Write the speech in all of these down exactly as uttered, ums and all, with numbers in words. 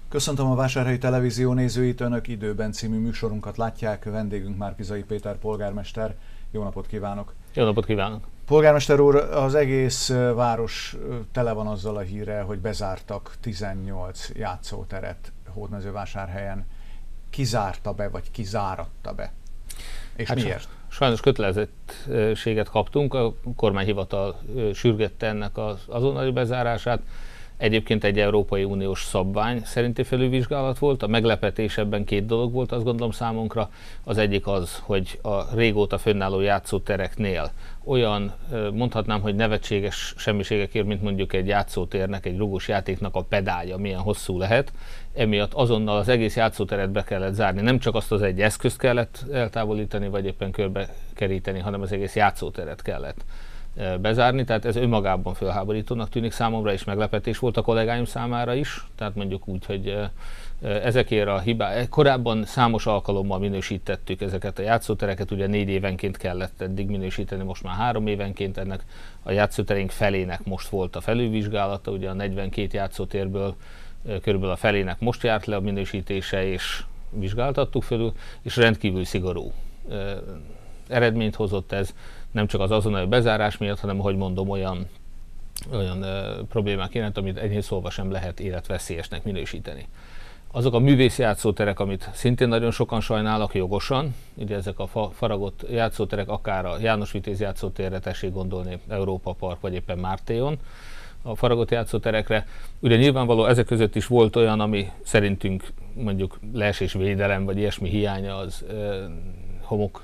Köszöntöm a Vásárhelyi Televízió nézőit, Önök Időben című műsorunkat látják, vendégünk Márki-Zay Péter polgármester. Jó napot kívánok! Jó napot kívánok! Polgármester úr, az egész város tele van azzal a hírrel, hogy bezártak tizennyolc játszóteret Hódmezővásárhelyen. Kizárta be, vagy kizáratta be? És hát miért? Sajnos kötelezettséget kaptunk, a kormányhivatal sürgette ennek az azonnali bezárását. Egyébként egy Európai Uniós szabvány szerinti felülvizsgálat volt. A meglepetés ebben két dolog volt, azt gondolom számunkra. Az egyik az, hogy a régóta fönnálló játszótereknél olyan, mondhatnám, hogy nevetséges semmiségekért, mint mondjuk egy játszótérnek, egy rugós játéknak a pedálja milyen hosszú lehet. Emiatt azonnal az egész játszóteret be kellett zárni. Nem csak azt az egy eszközt kellett eltávolítani, vagy éppen körbe keríteni, hanem az egész játszóteret kellett bezárni, tehát ez önmagában fölháborítónak tűnik számomra, és meglepetés volt a kollégáim számára is, tehát mondjuk úgy, hogy ezekért a hibák, korábban számos alkalommal minősítettük ezeket a játszótereket, ugye négy évenként kellett eddig minősíteni, most már három évenként, ennek a játszóterénk felének most volt a felülvizsgálata, ugye a negyvenkét játszótérből körülbelül a felének most járt le a minősítése, és vizsgáltattuk fölül, és rendkívül szigorú eredményt hozott ez, nem csak az azonnali bezárás miatt, hanem, ahogy mondom, olyan, olyan ö, problémák jelent, amit enyhén szólva sem lehet életveszélyesnek minősíteni. Azok a művészi játszóterek, amit szintén nagyon sokan sajnálnak jogosan, ugye ezek a fa, faragott játszóterek, akár a János Vitéz játszótérre, tessék gondolni, Európa Park, vagy éppen Mártéon, a faragott játszóterekre. Ugye nyilvánvaló ezek között is volt olyan, ami szerintünk mondjuk leesésvédelem, vagy ilyesmi hiánya az ö, homok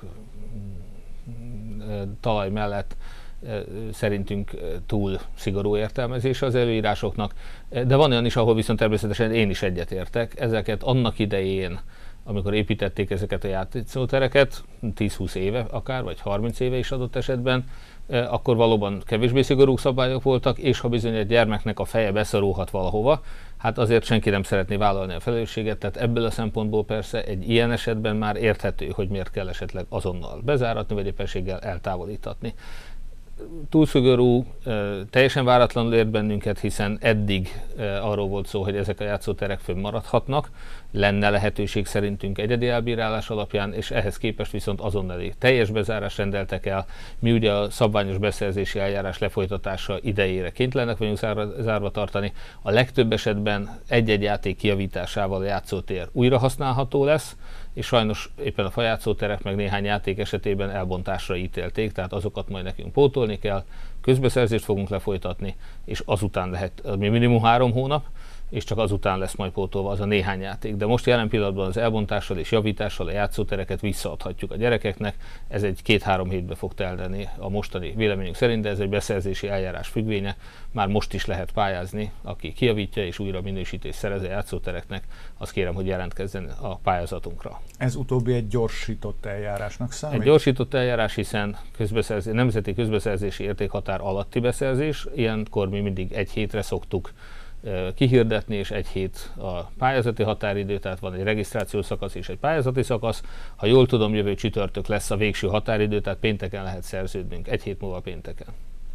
talaj mellett szerintünk túl szigorú értelmezése az előírásoknak, de van olyan is, ahol viszont természetesen én is egyetértek. Ezeket annak idején, amikor építették ezeket a játszótereket, tíz-húsz éve akár, vagy harminc éve is adott esetben, akkor valóban kevésbé szigorú szabályok voltak, és ha bizony egy gyermeknek a feje beszorulhat valahova, hát azért senki nem szeretné vállalni a felelősséget, tehát ebből a szempontból persze egy ilyen esetben már érthető, hogy miért kell esetleg azonnal bezáratni, vagy éppenséggel eltávolítatni. Túl szigorú, teljesen váratlanul ért bennünket, hiszen eddig arról volt szó, hogy ezek a játszóterek fönnmaradhatnak, lenne lehetőség szerintünk egyedi elbírálás alapján, és ehhez képest viszont azonnali teljes bezárás rendeltek el. Mi ugye a szabványos beszerzési eljárás lefolytatása idejére kénytelenek vagyunk zárva, zárva tartani. A legtöbb esetben egy-egy játék kijavításával a játszótér újra használható lesz, és sajnos éppen a fajátszóterek meg néhány játék esetében elbontásra ítélték, tehát azokat majd nekünk pótolni kell, közbeszerzést fogunk lefolytatni, és azután lehet, mi minimum három hónap, és csak azután lesz majd pótolva az a néhány játék. De most jelen pillanatban az elbontással és javítással a játszótereket visszaadhatjuk a gyerekeknek. Ez egy két-három hétbe fog telni a mostani véleményünk szerint, de ez egy beszerzési eljárás függvénye. Már most is lehet pályázni, aki kijavítja és újra minősítést szerez a játszótereknek, azt kérem, hogy jelentkezzen a pályázatunkra. Ez utóbbi egy gyorsított eljárásnak számít? Egy gyorsított eljárás, hiszen közbeszerzés, nemzeti közbeszerzési értékhatár alatti beszerzés, ilyenkor mi mindig egy hétre szoktuk kihirdetni, és egy hét a pályázati határidő, tehát van egy regisztrációs szakasz és egy pályázati szakasz. Ha jól tudom, jövő csütörtök lesz a végső határidő, tehát pénteken lehet szerződnünk, egy hét múlva pénteken.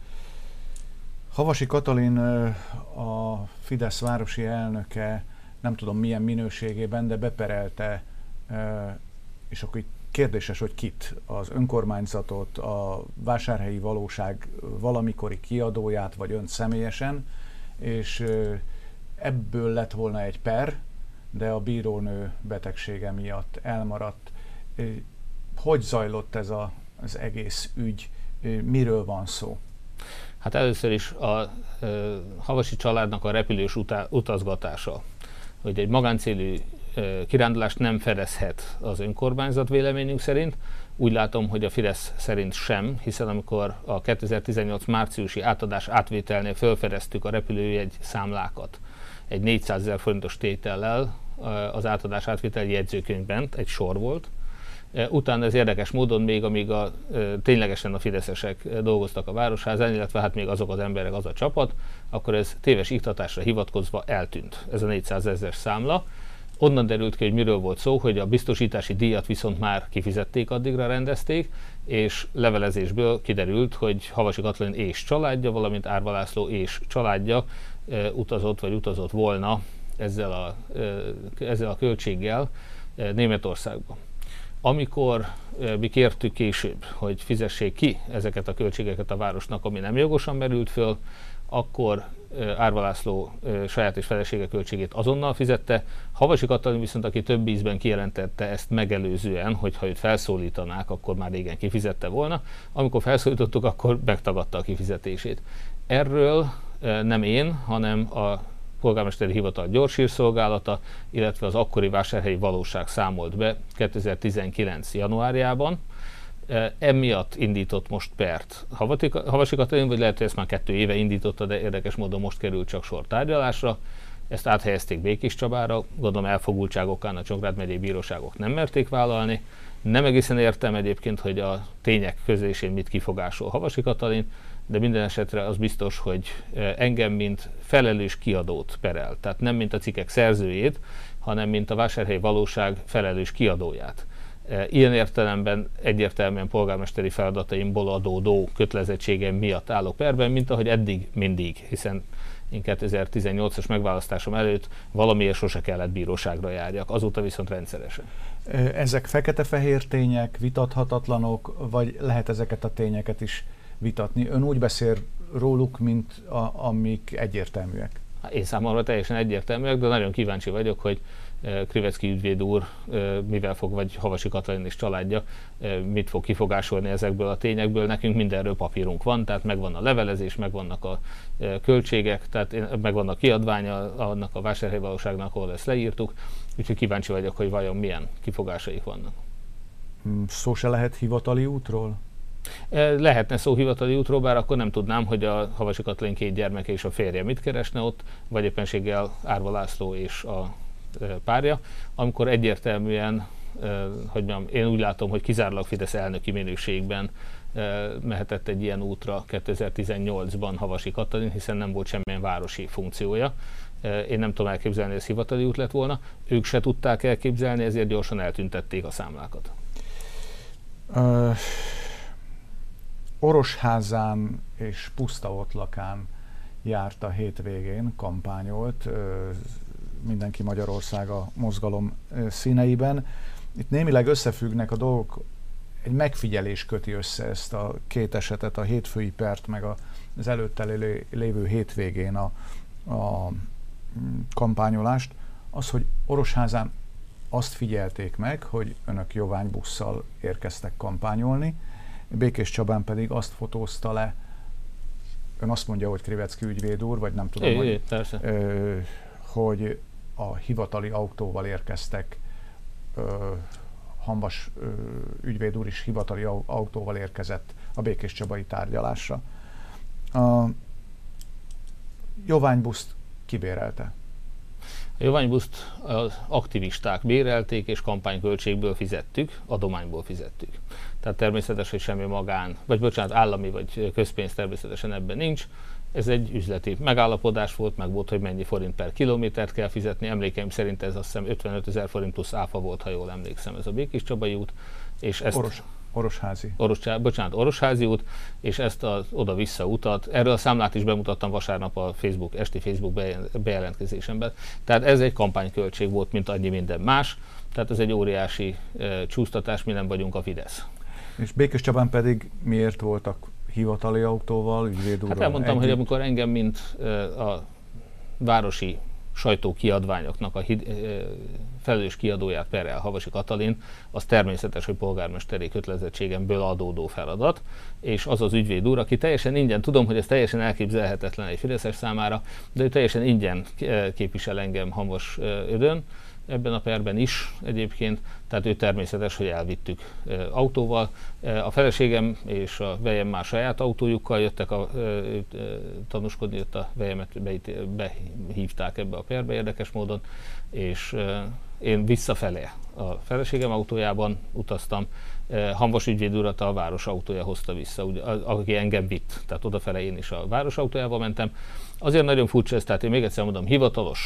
Havasi Katalin, a Fidesz városi elnöke, nem tudom milyen minőségében, de beperelte, és akkor itt kérdéses, hogy kit, az önkormányzatot, a Vásárhelyi Valóság valamikori kiadóját, vagy önt személyesen, és ebből lett volna egy per, de a bírónő betegsége miatt elmaradt. Hogy zajlott ez a, az egész ügy? Miről van szó? Hát először is a, a Havasi családnak a repülős utá, utazgatása, hogy egy magáncélű kirándulást nem fedezhet az önkormányzat véleményünk szerint. Úgy látom, hogy a Fidesz szerint sem, hiszen amikor a kétezer-tizennyolc márciusi átadás átvételnél felfedeztük a repülőjegy számlákat egy négyszázezer forintos tétellel az átadás átvételi jegyzőkönyvben, egy sor volt. Utána ez érdekes módon még, amíg a, ténylegesen a fideszesek dolgoztak a városházán, illetve hát még azok az emberek, az a csapat, akkor ez téves iktatásra hivatkozva eltűnt, ez a négyszázezer számla. Onnan derült ki, hogy miről volt szó, hogy a biztosítási díjat viszont már kifizették, addigra rendezték, és levelezésből kiderült, hogy Havasi Katalin és családja, valamint Árva László és családja e, utazott, vagy utazott volna ezzel a, ezzel a költséggel Németországba. Amikor mi kértük később, hogy fizessék ki ezeket a költségeket a városnak, ami nem jogosan merült föl, akkor Árva László saját és felesége költségét azonnal fizette. Havasi Katalin viszont, aki több ízben kijelentette ezt megelőzően, hogy ha őt felszólítanák, akkor már régen kifizette volna. Amikor felszólítottuk, akkor megtagadta a kifizetését. Erről nem én, hanem a polgármesteri hivatal gyorshírszolgálata, illetve az akkori Vásárhelyi Valóság számolt be kétezer-tizenkilenc januárjában. Emiatt indított most pert Havasi Katalin, vagy lehet, hogy ezt már kettő éve indította, de érdekes módon most került csak sor tárgyalásra. Ezt áthelyezték Békés Csabára, gondolom elfogultság okán a Csongrád megyei bíróságok nem merték vállalni. Nem egészen értem egyébként, hogy a tények közlésén mit kifogásol Havasi Katalin, de minden esetre az biztos, hogy engem, mint felelős kiadót perel. Tehát nem mint a cikkek szerzőjét, hanem mint a Vásárhelyi Valóság felelős kiadóját. Ilyen értelemben egyértelműen polgármesteri feladataimból adódó kötelezettségem miatt állok perben, mint ahogy eddig mindig, hiszen én kétezer-tizennyolcas megválasztásom előtt valamiért sose kellett bíróságra járjak, azóta viszont rendszeresen. Ezek fekete-fehér tények, vitathatatlanok, vagy lehet ezeket a tényeket is vitatni? Ön úgy beszél róluk, mint a, amik egyértelműek. Én számomra teljesen egyértelműek, de nagyon kíváncsi vagyok, hogy Krivecki ügyvéd úr mivel fog, vagy Havasi Katalin és családja mit fog kifogásolni ezekből a tényekből. Nekünk mindenről papírunk van, tehát megvan a levelezés, megvannak a költségek, tehát megvan a kiadványa annak a Vásárhelyi Valóságnak, ahol ezt leírtuk, úgyhogy kíváncsi vagyok, hogy vajon milyen kifogásaik vannak. Szó se lehet hivatali útról? Lehetne szó hivatali útról, bár akkor nem tudnám, hogy a Havasi Katalin két gyermeke és a férje mit keresne ott, vagy éppenséggel Árva László és a párja, amikor egyértelműen, hogy mondjam, én úgy látom, hogy kizárólag Fidesz elnöki minőségben mehetett egy ilyen útra kétezer-tizennyolcban Havasi Katalin, hiszen nem volt semmilyen városi funkciója. Én nem tudom elképzelni, hogy ez hivatali út lett volna. Ők se tudták elképzelni, ezért gyorsan eltüntették a számlákat. Uh, Orosházán és Pusztaotlakán járt a hétvégén, kampányolt, uh, mindenki Magyarország a mozgalom színeiben. Itt némileg összefüggnek a dolgok, egy megfigyelés köti össze ezt a két esetet, a hétfői pert, meg az előtte lévő hétvégén a, a kampányolást. Az, hogy Orosházán azt figyelték meg, hogy önök joványbusszal érkeztek kampányolni, Békés Csabán pedig azt fotózta le, ön azt mondja, hogy Krivecki ügyvéd úr, vagy nem tudom, é, hogy, é, ö, hogy a hivatali autóval érkeztek, ö, Hamvas ö, ügyvéd úr is hivatali autóval érkezett a Békés Csabai tárgyalásra. A joványbuszt kibérelte? A joványbuszt az aktivisták bérelték, és kampányköltségből fizettük, adományból fizettük. Tehát természetes, hogy semmi magán, vagy bocsánat, állami vagy közpénz természetesen ebben nincs. Ez egy üzleti megállapodás volt, meg volt, hogy mennyi forint per kilométert kell fizetni. Emlékeim szerint ez azt hiszem ötvenöt ezer forint plusz áfa volt, ha jól emlékszem, ez a Békés Csabai út. És ezt Oros, Orosházi. Oros, bocsánat, Orosházi út, és ezt az oda-vissza utat, erről a számlát is bemutattam vasárnap a Facebook, esti Facebook bejelentkezésemben. Tehát ez egy kampányköltség volt, mint annyi minden más. Tehát ez egy óriási e, csúsztatás, mi nem vagyunk a Fidesz. És Békés Csabán pedig miért voltak hivatali autóval, ügyvéd úrral? Hát elmondtam, együtt? hogy amikor engem, mint e, a városi sajtókiadványoknak a hid, e, felelős kiadóját perel Havasi Katalin, az természetes, hogy polgármesteri kötelezettségemből adódó feladat, és az az ügyvéd úr, aki teljesen ingyen, tudom, hogy ez teljesen elképzelhetetlen egy fideszes számára, de ő teljesen ingyen képvisel engem Hamvas Ödön, ebben a perben is egyébként, tehát ő természetes, hogy elvittük e, autóval. E, a feleségem és a vejem már saját autójukkal jöttek a, e, e, tanúskodni, jött a vejemet behívták ebbe a perbe érdekes módon, és e, én visszafele a feleségem autójában utaztam, e, Hamvas ügyvéd urat a város autója hozta vissza, ugye, aki engem vitt, tehát odafele én is a város autójával mentem. Azért nagyon furcsa ez, tehát én még egyszer mondom, hivatalos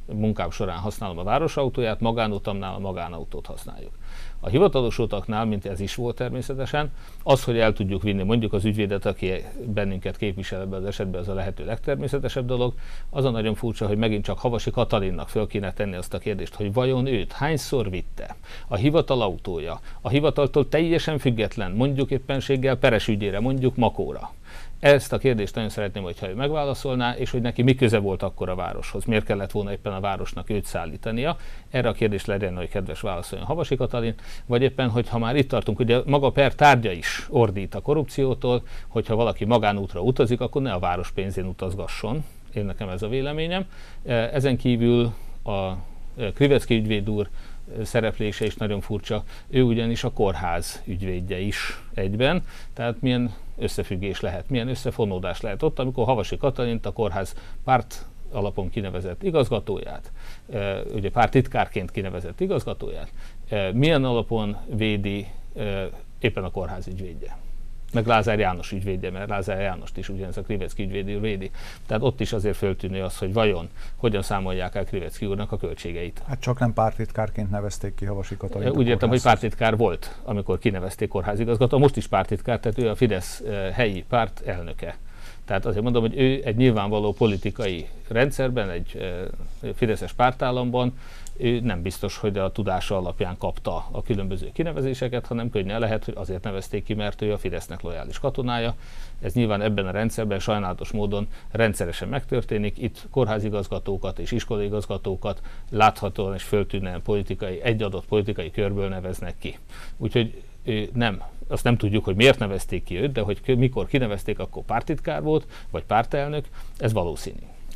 munkám során használom a városautóját, magánutamnál a magánautót használjuk. A hivatalos utaknál, mint ez is volt természetesen, az, hogy el tudjuk vinni mondjuk az ügyvédet, aki bennünket képvisel ebben az esetben, az a lehető legtermészetesebb dolog. Az a nagyon furcsa, hogy megint csak Havasi Katalinnak föl kéne tenni azt a kérdést, hogy vajon őt hányszor vitte a hivatal autója, a hivataltól teljesen független, mondjuk éppenséggel peres ügyére, mondjuk Makóra. Ezt a kérdést nagyon szeretném, hogyha ő megválaszolná, és hogy neki mi köze volt akkor a városhoz. Miért kellett volna éppen a városnak őt szállítania? Erre a kérdést legyen, hogy kedves válaszoljon Havasi Katalin, vagy éppen, hogy ha már itt tartunk, ugye maga per tárgya is ordít a korrupciótól, hogyha valaki magánútra utazik, akkor ne a város pénzén utazgasson. Én nekem ez a véleményem. Ezen kívül a Krivecki ügyvéd úr szereplése is nagyon furcsa. Ő ugyanis a kórház ügyvédje is egyben, tehát milyen összefüggés lehet, milyen összefonódás lehet ott, amikor Havasi Katalint, a kórház párt alapon kinevezett igazgatóját, ugye pártitkárként kinevezett igazgatóját, milyen alapon védi éppen a kórház ügyvédje. Meg Lázár János ügyvédje, mert Lázár Jánost is ugyanez a Krivecki ügyvéd védi. Tehát ott is azért föltűnő az, hogy vajon hogyan számolják el Krivecki úrnak a költségeit. Hát csak nem pártitkárként nevezték ki Havasi Katalint. Úgy értem, hogy pártitkár volt, amikor kinevezték kórházigazgató, most is pártitkár, tehát ő a Fidesz helyi párt elnöke. Tehát azért mondom, hogy ő egy nyilvánvaló politikai rendszerben, egy fideszes pártállamban, ő nem biztos, hogy a tudása alapján kapta a különböző kinevezéseket, hanem könnyen lehet, hogy azért nevezték ki, mert ő a Fidesznek lojális katonája. Ez nyilván ebben a rendszerben sajnálatos módon rendszeresen megtörténik. Itt kórházigazgatókat és iskolaigazgatókat láthatóan és föltűnően politikai, egy adott politikai körből neveznek ki. Úgyhogy ő nem, azt nem tudjuk, hogy miért nevezték ki őt, de hogy mikor kinevezték, akkor pártitkár volt, vagy pártelnök, ez valószínű.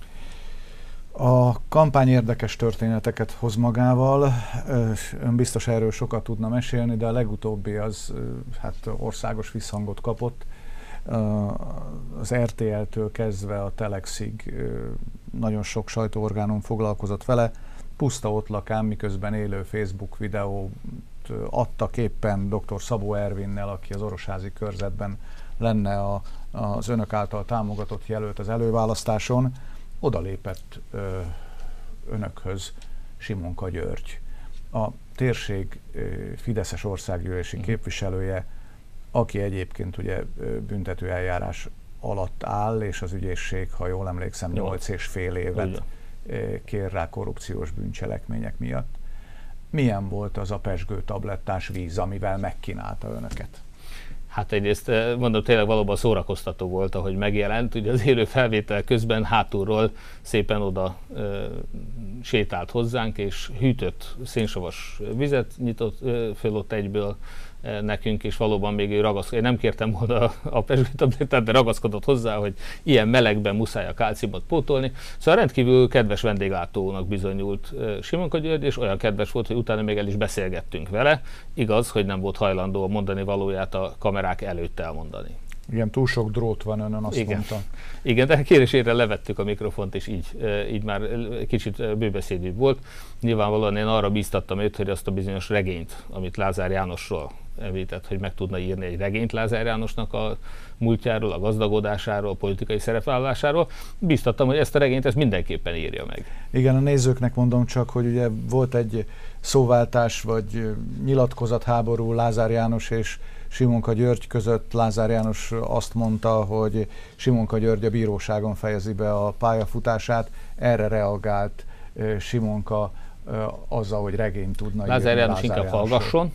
A kampány érdekes történeteket hoz magával, ön biztos erről sokat tudna mesélni, de a legutóbbi az hát országos visszhangot kapott. Az er té el-től kezdve a Telexig nagyon sok sajtóorgánum foglalkozott vele. Puszta ott lakám, miközben élő Facebook videót adtak éppen dr. Szabó Ervinnel, aki az orosházi körzetben lenne a, az önök által támogatott jelölt az előválasztáson. Oda lépett ö, önökhöz Simonka György, a térség ö, fideszes országgyűlési képviselője, aki egyébként ugye büntető eljárás alatt áll, és az ügyészség, ha jól emlékszem, nyolc és fél évet ö, kér rá korrupciós bűncselekmények miatt. Milyen volt az a pezsgő tablettás víz, amivel megkínálta önöket? Hát egyrészt mondom, tényleg valóban szórakoztató volt, ahogy megjelent. Ugye az élő felvétel közben hátulról szépen oda e, sétált hozzánk, és hűtött szénsavas vizet nyitott e, föl ott egyből e, nekünk, és valóban még ő ragaszkodott. Én nem kértem volna a pezsgőtablettát, de ragaszkodott hozzá, hogy ilyen melegben muszáj a kálciumot pótolni. Szóval rendkívül kedves vendéglátónak bizonyult e, Simonka György, és olyan kedves volt, hogy utána még el is beszélgettünk vele. Igaz, hogy nem volt hajlandó mondani valóját a kamerák előtt elmondani. Igen, túl sok drót van önön, azt Igen. mondta. Igen, de kérésére levettük a mikrofont, és így, így már kicsit bőbeszédűbb volt. Nyilvánvalóan én arra bíztattam őt, hogy azt a bizonyos regényt, amit Lázár Jánosról említett, hogy meg tudna írni egy regényt Lázár Jánosnak a múltjáról, a gazdagodásáról, a politikai szerepvállalásáról. Bíztattam, hogy ezt a regényt ezt mindenképpen írja meg. Igen, a nézőknek mondom csak, hogy ugye volt egy szóváltás vagy nyilatkozatháború Lázár János és Simonka György között. Lázár János azt mondta, hogy Simonka György a bíróságon fejezi be a pályafutását. Erre reagált Simonka azzal, hogy regényt tudna írni. Lázár János inkább hallgasson.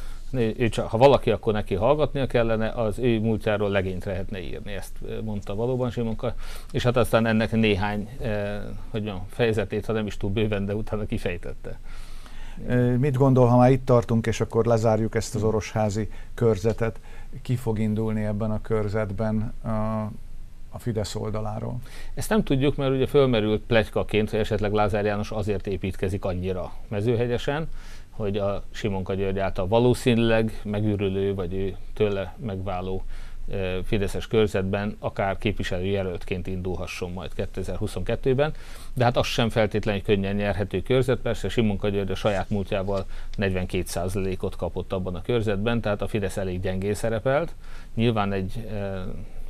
Ő csak, ha valaki, akkor neki hallgatnia kellene, az ő múltjáról legényt lehetne írni, ezt mondta valóban Simonka, és hát aztán ennek néhány eh, hogy mondjam, fejezetét, ha nem is túl bőven, de utána kifejtette. Mit gondol, ha már itt tartunk, és akkor lezárjuk ezt az orosházi körzetet, ki fog indulni ebben a körzetben a, a Fidesz oldaláról? Ezt nem tudjuk, mert ugye fölmerült pletykaként, hogy esetleg Lázár János azért építkezik annyira Mezőhegyesen, hogy a Simonka György által valószínűleg megürülő, vagy ő tőle megváló e, fideszes körzetben akár képviselőjelöltként indulhasson majd kétezer-huszonkettőben, de hát az sem feltétlenül könnyen nyerhető körzet, persze Simonka György a saját múltjával negyvenkét százalékot kapott abban a körzetben, tehát a Fidesz elég gyengén szerepelt. Nyilván egy e,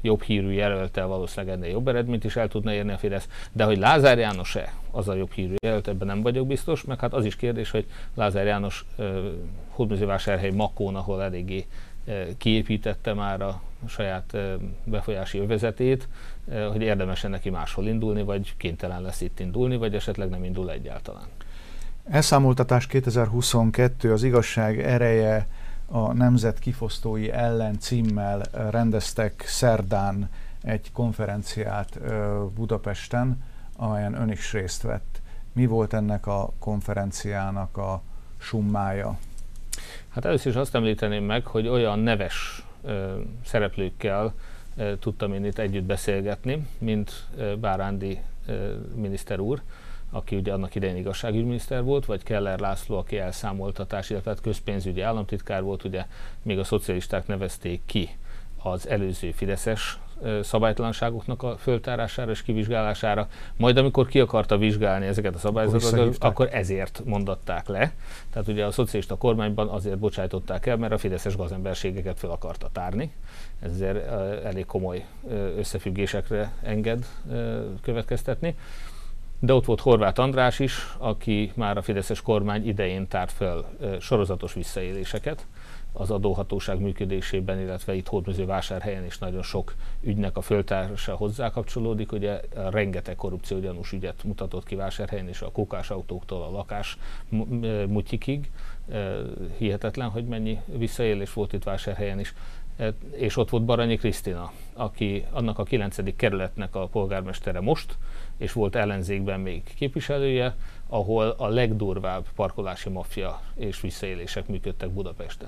jobb hírű jelöltel valószínűleg ennél jobb eredményt is el tudna érni a Fidesz, de hogy Lázár János-e az a jobb hírű jelölt, ebben nem vagyok biztos, meg hát az is kérdés, hogy Lázár János Hódmezővásárhely Makón, ahol eléggé kiépítette már a saját befolyási övezetét, hogy érdemes neki máshol indulni, vagy kénytelen lesz itt indulni, vagy esetleg nem indul egyáltalán. Elszámoltatás kétezer-huszonkettő, az igazság ereje a nemzet kifosztói ellen címmel rendeztek szerdán egy konferenciát Budapesten, amelyen ön is részt vett. Mi volt ennek a konferenciának a summája? Hát először is azt említeném meg, hogy olyan neves ö, szereplőkkel ö, tudtam én itt együtt beszélgetni, mint ö, Bárándi ö, miniszter úr, aki ugye annak idején igazságügyminiszter volt, vagy Keller László, aki elszámoltatás, illetve közpénzügyi államtitkár volt, ugye még a szocialisták nevezték ki az előző fideszes szabálytalanságoknak a föltárására és kivizsgálására, majd amikor ki akarta vizsgálni ezeket a szabályzatokat, akkor ezért mondatták le. Tehát ugye a szocialista kormányban azért bocsájtották el, mert a fideszes gazemberségeket föl akarta tárni. Ez azért elég komoly összefüggésekre enged következtetni. De ott volt Horváth András is, aki már a fideszes kormány idején tárt fel sorozatos visszaéléseket az adóhatóság működésében, illetve itt Hódmezővásárhelyen is nagyon sok ügynek a föltárása hozzá kapcsolódik. Ugye rengeteg korrupció gyanús ügyet mutatott ki Vásárhelyen, és a kókás autóktól a lakás mutyikig. Hihetetlen, hogy mennyi visszaélés volt itt Vásárhelyen is. És ott volt Baranyi Krisztina, aki annak a kilencedik kerületnek a polgármestere most, és volt ellenzékben még képviselője, ahol a legdurvább parkolási maffia és visszaélések működtek Budapesten.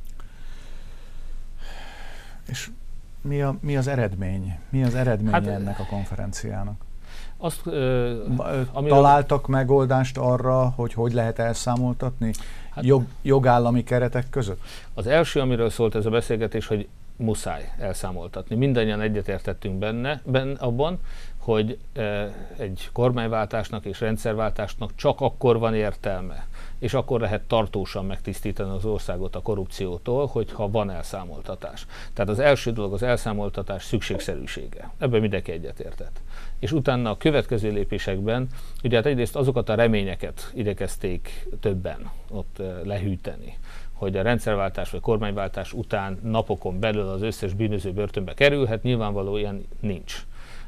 És mi, a, mi az eredmény? Mi az eredménye hát, ennek a konferenciának? Azt, ö, Találtak a... megoldást arra, hogy hogy lehet elszámoltatni hát, Jog, jogállami keretek között? Az első, amiről szólt ez a beszélgetés, hogy muszáj elszámoltatni. Mindannyian egyetértettünk benne, benne abban, hogy e, egy kormányváltásnak és rendszerváltásnak csak akkor van értelme, és akkor lehet tartósan megtisztítani az országot a korrupciótól, hogyha van elszámoltatás. Tehát az első dolog az elszámoltatás szükségszerűsége. Ebben mindenki egyetértett. És utána a következő lépésekben, ugye hát egyrészt azokat a reményeket igyekezték többen ott e, lehűteni, hogy a rendszerváltás vagy kormányváltás után napokon belül az összes bűnöző börtönbe kerülhet, nyilvánvaló ilyen nincs.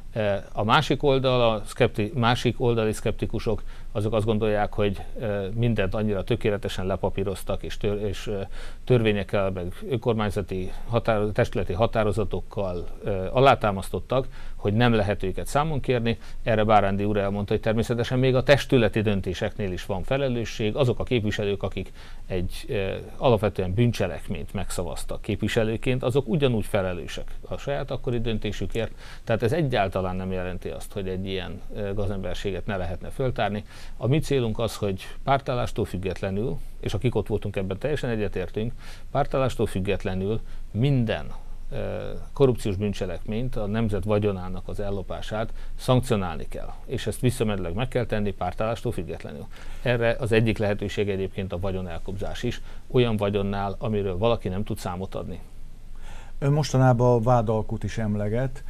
A másik oldal, a szkepti, másik oldali szkeptikusok, azok azt gondolják, hogy mindent annyira tökéletesen lepapíroztak, és, tör, és törvényekkel, meg önkormányzati határ, testületi határozatokkal alátámasztottak, hogy nem lehet őket számon kérni. Erre Bárándi úr elmondta, hogy természetesen még a testületi döntéseknél is van felelősség. Azok a képviselők, akik egy alapvetően bűncselekményt megszavaztak képviselőként, azok ugyanúgy felelősek a saját akkori döntésükért. Tehát ez egyáltalán nem jelenti azt, hogy egy ilyen gazemberséget ne lehetne föltárni. A mi célunk az, hogy pártállástól függetlenül, és akik ott voltunk, ebben teljesen egyetértünk, pártállástól függetlenül minden korrupciós bűncselekményt, a nemzet vagyonának az ellopását szankcionálni kell. És ezt visszamenőleg meg kell tenni pártállástól függetlenül. Erre az egyik lehetőség egyébként a vagyonelkobzás is, olyan vagyonnál, amiről valaki nem tud számot adni. Ön mostanában a vádalkut is emleget.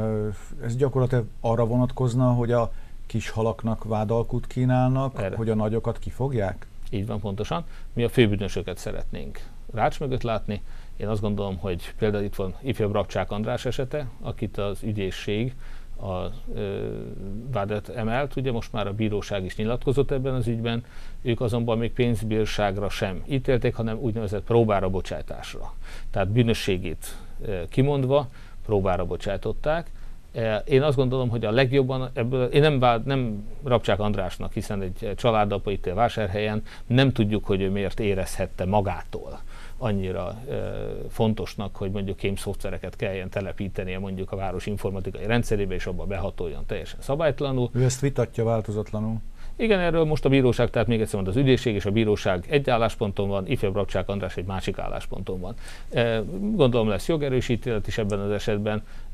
Ez gyakorlatilag arra vonatkozna, hogy a kis halaknak vádalkut kínálnak, erre, hogy a nagyokat kifogják? Így van, pontosan. Mi a főbűnösöket szeretnénk rács mögött látni. Én azt gondolom, hogy például itt van ifjabb Rabcsák András esete, akit az ügyészség a ö, vádat emelt, ugye most már a bíróság is nyilatkozott ebben az ügyben, ők azonban még pénzbírságra sem ítélték, hanem úgynevezett próbára bocsátásra. Tehát bűnösségét ö, kimondva próbára bocsátották. Én azt gondolom, hogy a legjobban ebből, én nem, vád, nem Rabcsák Andrásnak, hiszen egy családapa itt él Vásárhelyen, nem tudjuk, hogy ő miért érezhette magától annyira e, fontosnak, hogy mondjuk kém szoftvereket kelljen telepítenie mondjuk a város informatikai rendszerébe, és abba behatoljon teljesen szabálytalanul. Ő ezt vitatja változatlanul. Igen, erről most a bíróság, tehát még egyszer mondom, az ügyészség és a bíróság egy állásponton van, ifjabb Rabcsák András egy másik állásponton van. E, gondolom lesz jogerős ítélet is ebben az esetben.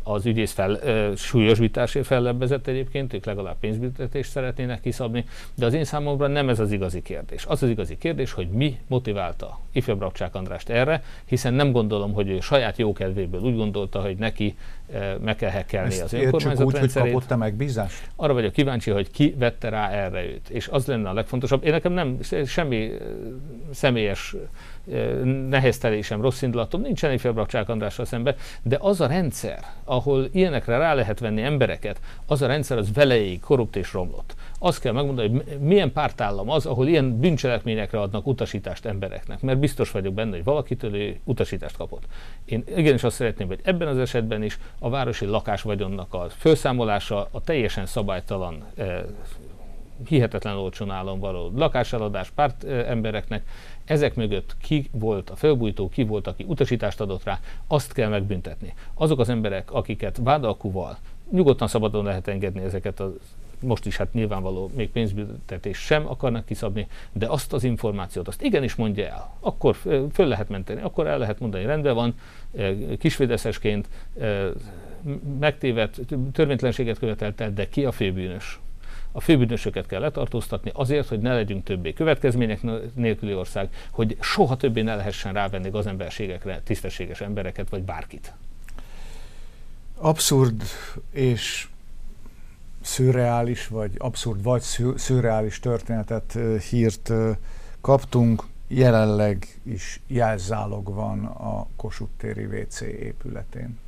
Az ügyész fel, súlyosbításért fellebbezett egyébként, ők legalább pénzbüntetést szeretnének kiszabni, de az én számomra nem ez az igazi kérdés. Az az igazi kérdés, hogy mi motiválta ifjabb Rabcsák Andrást erre, hiszen nem gondolom, hogy ő saját jókedvéből úgy gondolta, hogy neki meg kell hekkelni az önkormányzat úgy, rendszerét. hogy kapott-e megbízást? Arra vagyok kíváncsi, hogy ki vette rá erre őt. És az lenne a legfontosabb. Én nekem nem semmi személyes neheztelésem, rossz indulatom nincsen ifjabb Rabcsák Andrással szemben, de az a rendszer, ahol ilyenekre rá lehet venni embereket, az a rendszer az velejéig korrupt és romlott. Azt kell megmondani, hogy milyen pártállam az, ahol ilyen bűncselekményekre adnak utasítást embereknek, mert biztos vagyok benne, hogy valakitől ő utasítást kapott. Én igenis azt szeretném, hogy ebben az esetben is a városi lakásvagyonnak a felszámolása, a teljesen szabálytalan, eh, hihetetlen olcsón állon való lakáseladás párt eh, embereknek, ezek mögött ki volt a felbújtó, ki volt, aki utasítást adott rá, azt kell megbüntetni. Azok az emberek, akiket vádalkúval nyugodtan szabadon lehet engedni ezeket a most is hát nyilvánvaló még pénzbüntetést sem akarnak kiszabni, de azt az információt, azt igenis mondja el, akkor föl lehet menteni, akkor el lehet mondani, rendben van, kisfideszesként megtévedt, törvénytelenséget követelt el, de ki a főbűnös? A főbűnösöket kell letartóztatni azért, hogy ne legyünk többé következmények nélküli ország, hogy soha többé ne lehessen rávenni gazemberségekre tisztességes embereket, vagy bárkit. Abszurd és szürreális, vagy abszurd, vagy szürreális történetet, hírt kaptunk. Jelenleg is jelzálog van a Kossuth téri vé cé épületén.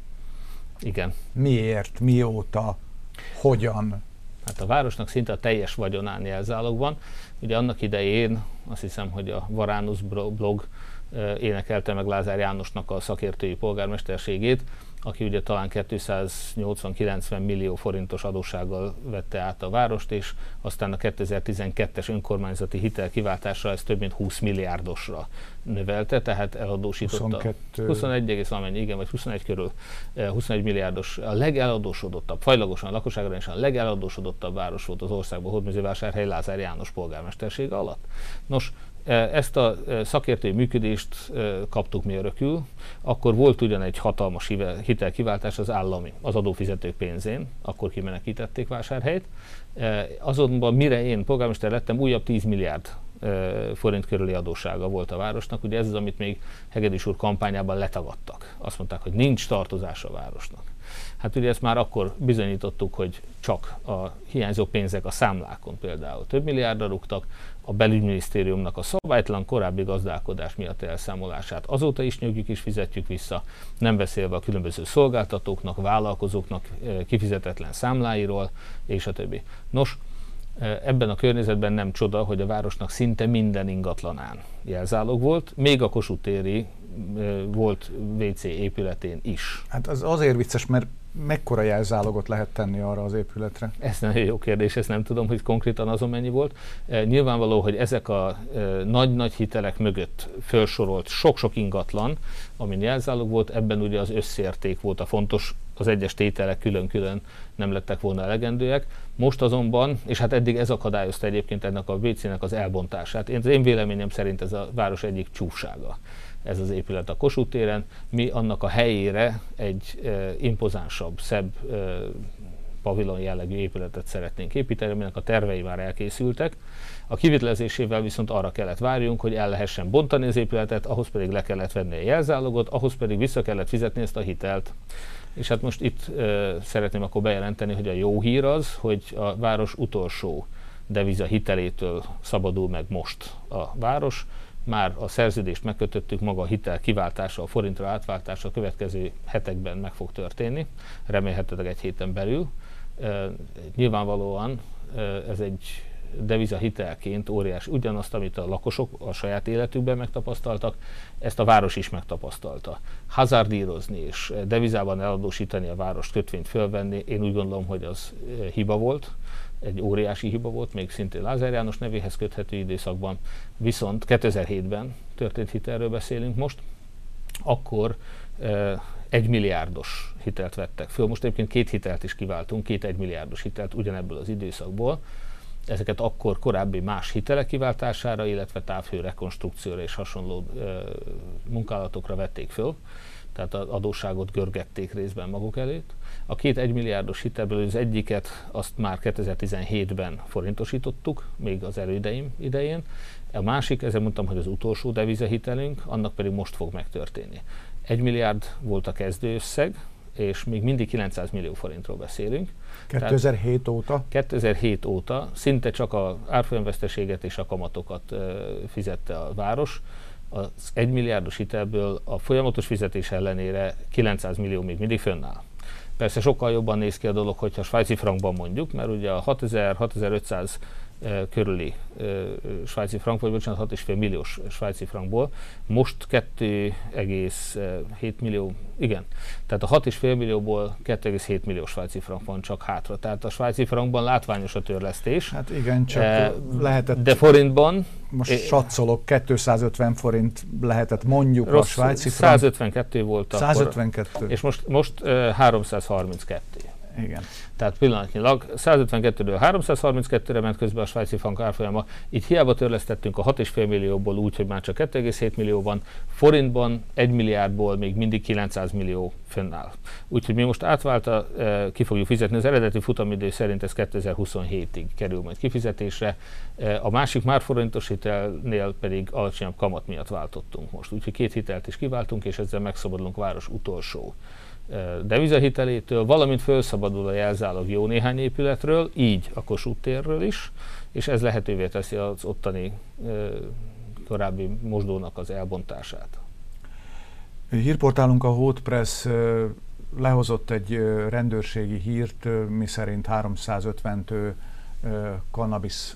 Igen. Miért, mióta, hogyan? Hát a városnak szinte a teljes vagyonán jelzálog van. Ugye annak idején azt hiszem, hogy a Varánusz blog énekelte meg Lázár Jánosnak a szakértői polgármesterségét, aki ugye talán kétszáznyolcvan-kilencven millió forintos adóssággal vette át a várost, és aztán a kétezer-tizenkettes önkormányzati hitel kiváltásra ez több mint húsz milliárdosra növelte, tehát eladósította. huszonkettő huszonegy egész valamennyi, igen, vagy huszonegy körül, huszonegy milliárdos, a legeladósodottabb, fajlagosan, a lakosságra is a legeladósodottabb város volt az országban, Hódmezővásárhely Lázár János polgármestersége alatt. Nos, ezt a szakértői működést kaptuk mi örökül, akkor volt ugyan egy hatalmas hitelkiváltás az állami, az adófizetők pénzén, akkor kimenekítették Vásárhelyt, azonban mire én polgármester lettem, újabb tíz milliárd forint körüli adóssága volt a városnak, ugye ez az, amit még Hegedűs úr kampányában letagadtak. Azt mondták, hogy nincs tartozása a városnak. Hát ugye ezt már akkor bizonyítottuk, hogy csak a hiányzó pénzek a számlákon például több milliárdra rúgtak, a belügyminisztériumnak a szabálytalan korábbi gazdálkodás miatt elszámolását azóta is nyugjuk is fizetjük vissza, nem beszélve a különböző szolgáltatóknak, vállalkozóknak kifizetetlen számláiról, és a többi. Nos, ebben a környezetben nem csoda, hogy a városnak szinte minden ingatlanán jelzálog volt, még a Kossuth téri volt vé cé épületén is. Hát az azért vicces, mert mekkora jelzálogot lehet tenni arra az épületre? Ez nagyon jó kérdés, ezt nem tudom, hogy konkrétan azon mennyi volt. E, nyilvánvaló, hogy ezek a e, nagy-nagy hitelek mögött felsorolt sok-sok ingatlan, amin jelzálog volt, ebben ugye az összérték volt a fontos, az egyes tételek külön-külön nem lettek volna elegendőek. Most azonban, és hát eddig ez akadályozta egyébként ennek a vé cének az elbontását. Én, az én véleményem szerint ez a város egyik csúfsága. Ez az épület a Kossuth téren, mi annak a helyére egy e, impozánsabb, szebb e, pavilon jellegű épületet szeretnénk építeni, aminek a tervei már elkészültek. A kivitelezésével viszont arra kellett várjunk, hogy el lehessen bontani az épületet, ahhoz pedig le kellett venni a jelzálogot, ahhoz pedig vissza kellett fizetni ezt a hitelt. És hát most itt e, szeretném akkor bejelenteni, hogy a jó hír az, hogy a város utolsó deviza hitelétől szabadul meg most a város. Már a szerződést megkötöttük, maga a hitel kiváltása, a forintra átváltása a következő hetekben meg fog történni, remélhetőleg egy héten belül. E, nyilvánvalóan e, ez egy deviza hitelként óriási, ugyanazt, amit a lakosok a saját életükben megtapasztaltak, ezt a város is megtapasztalta. Hazardírozni és devizában eladósítani a várost, kötvényt fölvenni, én úgy gondolom, hogy az hiba volt, egy óriási hiba volt, még szintén Lázár János nevéhez köthető időszakban, viszont kétezer-hétben történt hitelről beszélünk most, akkor e, egy milliárdos hitelt vettek föl. Most egyébként két hitelt is kiváltunk, két egymilliárdos hitelt ugyanebből az időszakból. Ezeket akkor korábbi más hitelek kiváltására, illetve távhő rekonstrukcióra és hasonló e, munkálatokra vették föl. tehát az adósságot görgették részben maguk előtt. A két egymilliárdos hitelből az egyiket azt már kétezer-tizenhétben forintosítottuk, még az előideim idején. A másik, ezzel mondtam, hogy az utolsó devizahitelünk, annak pedig most fog megtörténni. Egy milliárd volt a kezdőösszeg, és még mindig kilencszáz millió forintról beszélünk. kétezer-hét óta? kétezer-hét óta szinte csak az árfolyamveszteséget és a kamatokat fizette a város. Az egymilliárdos hitelből a folyamatos fizetés ellenére kilencszáz millió még mindig fönnáll. Persze sokkal jobban néz ki a dolog, hogyha svájci frankban mondjuk, mert ugye a hatezer-hatezerötszáz körüli svájci frank, vagy bocsánat, hat egész öt milliós svájci frankból, most kettő egész hét millió, igen, tehát a hat egész öt millióból kettő egész hét millió svájci frank van csak hátra. Tehát a svájci frankban látványos a törlesztés. Hát igen, csak e, lehetett... De forintban... Most satszolok, kétszázötven forint lehetett mondjuk rossz, a svájci frank. százötvenkettő volt akkor. százötvenkettő. És most, most uh, háromszázharminckettő. Igen. Tehát pillanatnyilag százötvenkettőről háromszázharminckettőre ment közben a svájci frank árfolyama. Itt hiába törlesztettünk a hat egész öt millióból úgy, hogy már csak kettő egész hét millió van, forintban egy milliárdból még mindig kilencszáz millió fönnáll. Úgyhogy mi most átválta, ki fogjuk fizetni. Az eredeti futamidő szerint ez kétezer-huszonhétig kerül majd kifizetésre. A másik már forintos hitelnél pedig alacsonyabb kamat miatt váltottunk most. Úgyhogy két hitelt is kiváltunk, és ezzel megszabadulunk a város utolsó devizahitelétől, valamint felszabadul a jelzálog jó néhány épületről, így a Kossuth térről is, és ez lehetővé teszi az ottani e, korábbi mosdónak az elbontását. Hírportálunk, a Hot Press lehozott egy rendőrségi hírt, miszerint háromszázötven tő kannabisz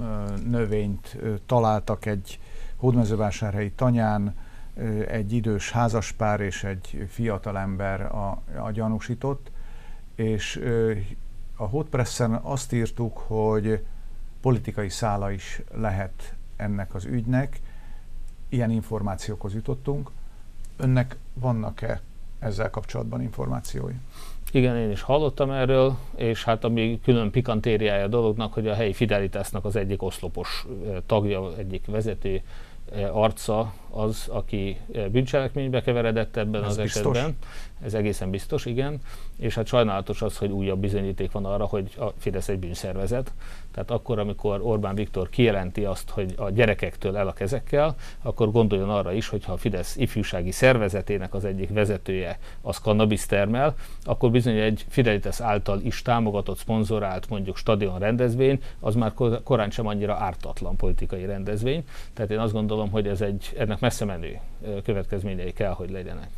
növényt találtak egy hódmezővásárhelyi tanyán, egy idős házaspár és egy fiatalember a, a gyanúsított, és a Hot Pressen azt írtuk, hogy politikai szála is lehet ennek az ügynek. Ilyen információkhoz jutottunk. Önnek vannak-e ezzel kapcsolatban információi? Igen, én is hallottam erről, és hát ami külön pikantériája a dolognak, hogy a helyi Fidelitásnak az egyik oszlopos tagja, egyik vezető arca az, aki bűncselekménybe keveredett ebben Ez az biztos. esetben. Ez egészen biztos, igen. És hát sajnálatos az, hogy újabb bizonyíték van arra, hogy a Fidesz egy bűnszervezet. Tehát akkor, amikor Orbán Viktor kijelenti azt, hogy a gyerekektől el a kezekkel, akkor gondoljon arra is, hogy ha a Fidesz ifjúsági szervezetének az egyik vezetője az kannabis termel, akkor bizony egy Fidelitas által is támogatott, szponzorált mondjuk stadion rendezvény, az már korán sem annyira ártatlan politikai rendezvény. Tehát én azt gondolom, hogy ez egy, ennek messze menő következményei kell, hogy legyenek.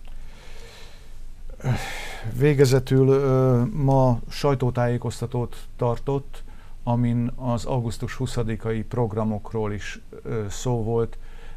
Végezetül ma sajtótájékoztatót tartott, amin az augusztus huszadikai programokról is szó volt.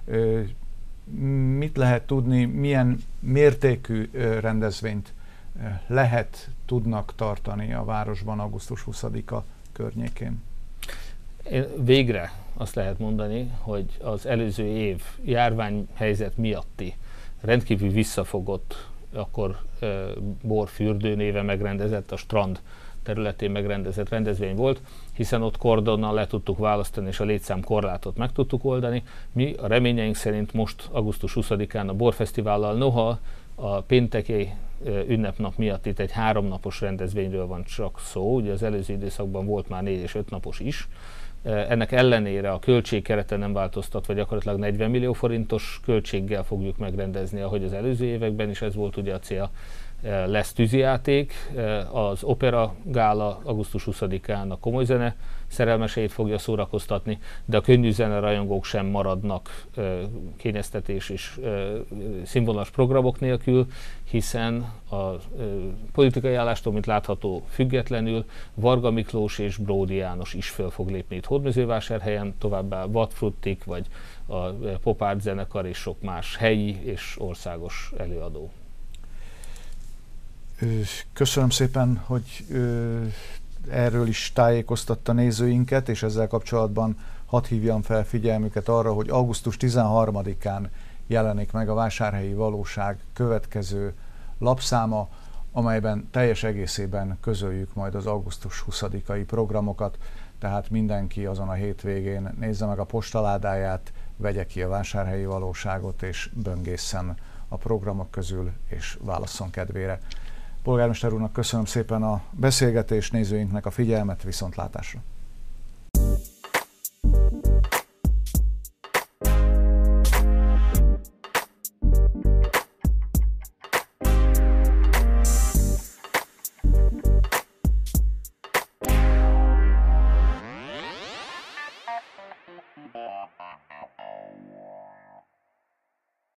Mit lehet tudni, milyen mértékű rendezvényt lehet, tudnak tartani a városban augusztus huszadika környékén? Végre azt lehet mondani, hogy az előző év járványhelyzet miatti rendkívül visszafogott, akkor e, borfürdő néve megrendezett, a strand területén megrendezett rendezvény volt, hiszen ott kordonnal le tudtuk választani, és a létszám korlátot meg tudtuk oldani. Mi a reményeink szerint most augusztus huszadikán a borfesztivállal, noha a pénteki ünnepnap miatt itt egy háromnapos rendezvényről van csak szó, ugye az előző időszakban volt már négy és öt napos is. Ennek ellenére a költségkerete nem változtatva, gyakorlatilag negyven millió forintos költséggel fogjuk megrendezni, ahogy az előző években is ez volt ugye a cél. Lesz tűzijáték, az Opera Gála augusztus huszadikán a komoly zene szerelmeseit fogja szórakoztatni, de a könnyű zene rajongók sem maradnak kényeztetés és színvonalas programok nélkül, hiszen a politikai állástól, mint látható, függetlenül Varga Miklós és Bródi János is föl fog lépni itt Hódmezővásárhelyen, továbbá Vadfruttik vagy a Pop Art zenekar és sok más helyi és országos előadó. Köszönöm szépen, hogy erről is tájékoztatta nézőinket, és ezzel kapcsolatban hadd hívjam fel figyelmüket arra, hogy augusztus tizenharmadikán jelenik meg a Vásárhelyi Valóság következő lapszáma, amelyben teljes egészében közöljük majd az augusztus huszadikai programokat, tehát mindenki azon a hétvégén nézze meg a postaládáját, vegye ki a Vásárhelyi Valóságot és böngészen a programok közül, és válasszon kedvére. Polgármester úrnak köszönöm szépen a beszélgetést, nézőinknek a figyelmet, viszontlátásra!